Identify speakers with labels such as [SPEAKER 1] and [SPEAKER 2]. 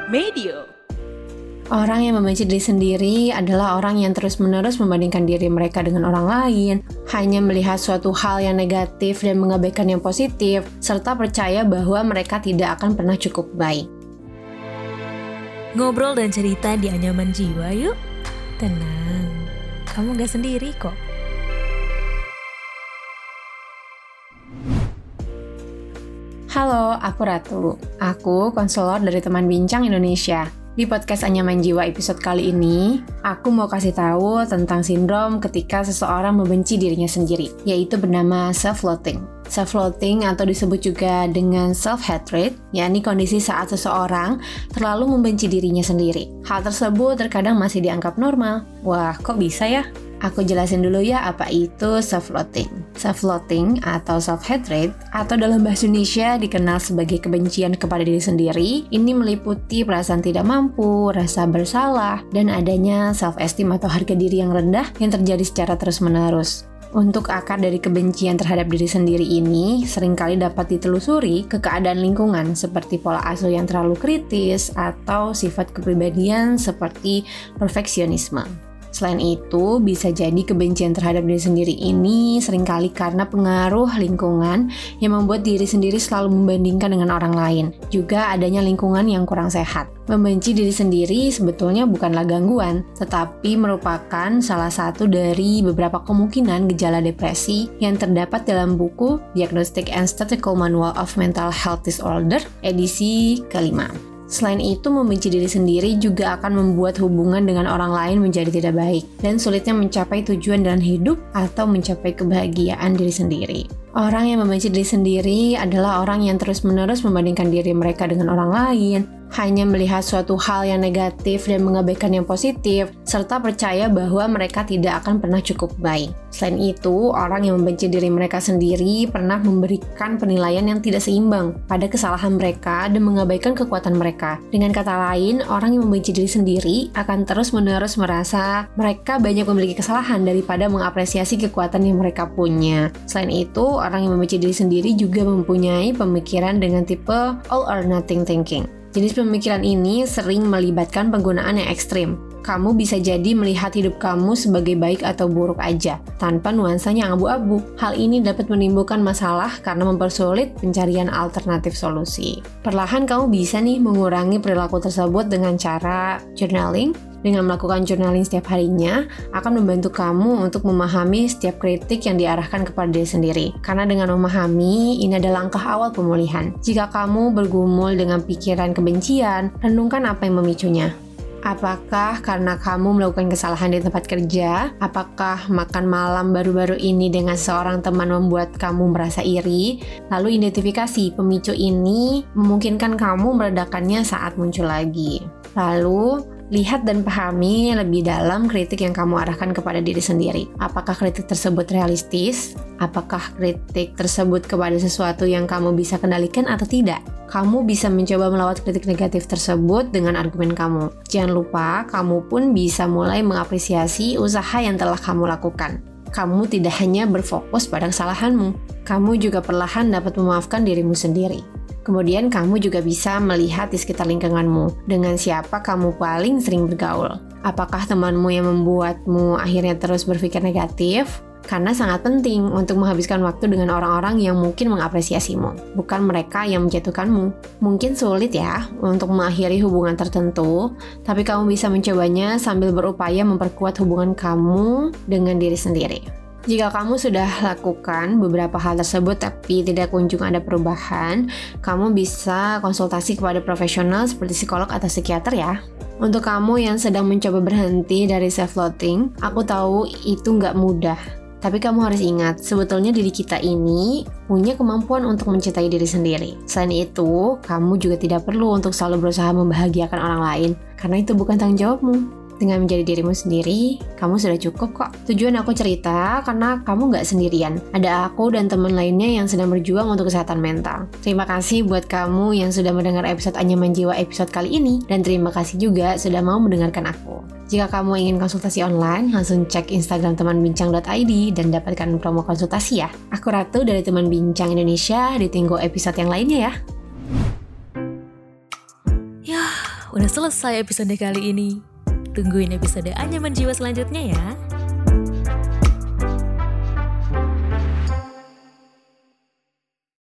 [SPEAKER 1] Medio.
[SPEAKER 2] Orang yang membenci diri sendiri adalah orang yang terus-menerus membandingkan diri mereka dengan orang lain, hanya melihat suatu hal yang negatif dan mengabaikan yang positif, serta percaya bahwa mereka tidak akan pernah cukup baik.
[SPEAKER 3] Ngobrol dan cerita di Anyaman Jiwa yuk. Tenang, kamu gak sendiri kok.
[SPEAKER 2] Halo, aku Ratu. Aku konselor dari Teman Bincang Indonesia. Di podcast Anyaman Jiwa episode kali ini, aku mau kasih tahu tentang sindrom ketika seseorang membenci dirinya sendiri, yaitu bernama self-loathing. Self-loathing atau disebut juga dengan self-hatred, yakni kondisi saat seseorang terlalu membenci dirinya sendiri. Hal tersebut terkadang masih dianggap normal. Wah, kok bisa ya? Aku jelasin dulu ya apa itu self-loathing. Self-loathing atau self-hatred atau dalam bahasa Indonesia dikenal sebagai kebencian kepada diri sendiri. Ini meliputi perasaan tidak mampu, rasa bersalah, dan adanya self-esteem atau harga diri yang rendah yang terjadi secara terus-menerus. Untuk akar dari kebencian terhadap diri sendiri ini seringkali dapat ditelusuri ke keadaan lingkungan seperti pola asuh yang terlalu kritis atau sifat kepribadian seperti perfeksionisme. Selain itu, bisa jadi kebencian terhadap diri sendiri ini seringkali karena pengaruh lingkungan yang membuat diri sendiri selalu membandingkan dengan orang lain. Juga adanya lingkungan yang kurang sehat. Membenci diri sendiri sebetulnya bukanlah gangguan, tetapi merupakan salah satu dari beberapa kemungkinan gejala depresi yang terdapat dalam buku Diagnostic and Statistical Manual of Mental Health Disorder, edisi kelima. Selain itu, membenci diri sendiri juga akan membuat hubungan dengan orang lain menjadi tidak baik dan sulitnya mencapai tujuan dalam hidup atau mencapai kebahagiaan diri sendiri. Orang yang membenci diri sendiri adalah orang yang terus-menerus membandingkan diri mereka dengan orang lain, hanya melihat suatu hal yang negatif dan mengabaikan yang positif, serta percaya bahwa mereka tidak akan pernah cukup baik. Selain itu, orang yang membenci diri mereka sendiri pernah memberikan penilaian yang tidak seimbang pada kesalahan mereka dan mengabaikan kekuatan mereka. Dengan kata lain, orang yang membenci diri sendiri akan terus-menerus merasa mereka banyak memiliki kesalahan daripada mengapresiasi kekuatan yang mereka punya. Selain itu, orang yang membenci diri sendiri juga mempunyai pemikiran dengan tipe all or nothing thinking. Jenis pemikiran ini sering melibatkan penggunaan yang ekstrim. Kamu bisa jadi melihat hidup kamu sebagai baik atau buruk aja, tanpa nuansanya yang abu-abu. Hal ini dapat menimbulkan masalah karena mempersulit pencarian alternatif solusi. Perlahan kamu bisa nih mengurangi perilaku tersebut dengan cara journaling. Dengan melakukan journaling setiap harinya, akan membantu kamu untuk memahami setiap kritik yang diarahkan kepada diri sendiri. Karena dengan memahami, ini adalah langkah awal pemulihan. Jika kamu bergumul dengan pikiran kebencian, renungkan apa yang memicunya. Apakah karena kamu melakukan kesalahan di tempat kerja? Apakah makan malam baru-baru ini dengan seorang teman membuat kamu merasa iri? Lalu identifikasi pemicu ini memungkinkan kamu meredakannya saat muncul lagi. Lalu, lihat dan pahami lebih dalam kritik yang kamu arahkan kepada diri sendiri. Apakah kritik tersebut realistis? Apakah kritik tersebut kepada sesuatu yang kamu bisa kendalikan atau tidak? Kamu bisa mencoba melawan kritik negatif tersebut dengan argumen kamu. Jangan lupa, kamu pun bisa mulai mengapresiasi usaha yang telah kamu lakukan. Kamu tidak hanya berfokus pada kesalahanmu, kamu juga perlahan dapat memaafkan dirimu sendiri. Kemudian kamu juga bisa melihat di sekitar lingkunganmu, dengan siapa kamu paling sering bergaul. Apakah temanmu yang membuatmu akhirnya terus berpikir negatif? Karena sangat penting untuk menghabiskan waktu dengan orang-orang yang mungkin mengapresiasimu, bukan mereka yang menjatuhkanmu. Mungkin sulit ya untuk mengakhiri hubungan tertentu, tapi kamu bisa mencobanya sambil berupaya memperkuat hubungan kamu dengan diri sendiri. Jika kamu sudah lakukan beberapa hal tersebut tapi tidak kunjung ada perubahan, kamu bisa konsultasi kepada profesional seperti psikolog atau psikiater ya. Untuk kamu yang sedang mencoba berhenti dari self-loathing, aku tahu itu nggak mudah. Tapi kamu harus ingat, sebetulnya diri kita ini punya kemampuan untuk mencintai diri sendiri. Selain itu, kamu juga tidak perlu untuk selalu berusaha membahagiakan orang lain, karena itu bukan tanggung jawabmu. Dengan menjadi dirimu sendiri, kamu sudah cukup kok. Tujuan aku cerita karena kamu gak sendirian. Ada aku dan teman lainnya yang sedang berjuang untuk kesehatan mental. Terima kasih buat kamu yang sudah mendengar episode Anyaman Jiwa episode kali ini. Dan terima kasih juga sudah mau mendengarkan aku. Jika kamu ingin konsultasi online, langsung cek Instagram temanbincang.id dan dapatkan promo konsultasi ya. Aku Ratu dari Teman Bincang Indonesia, ditunggu episode yang lainnya ya.
[SPEAKER 3] Udah selesai episode kali ini. Tungguin episode Anyaman Jiwa selanjutnya ya.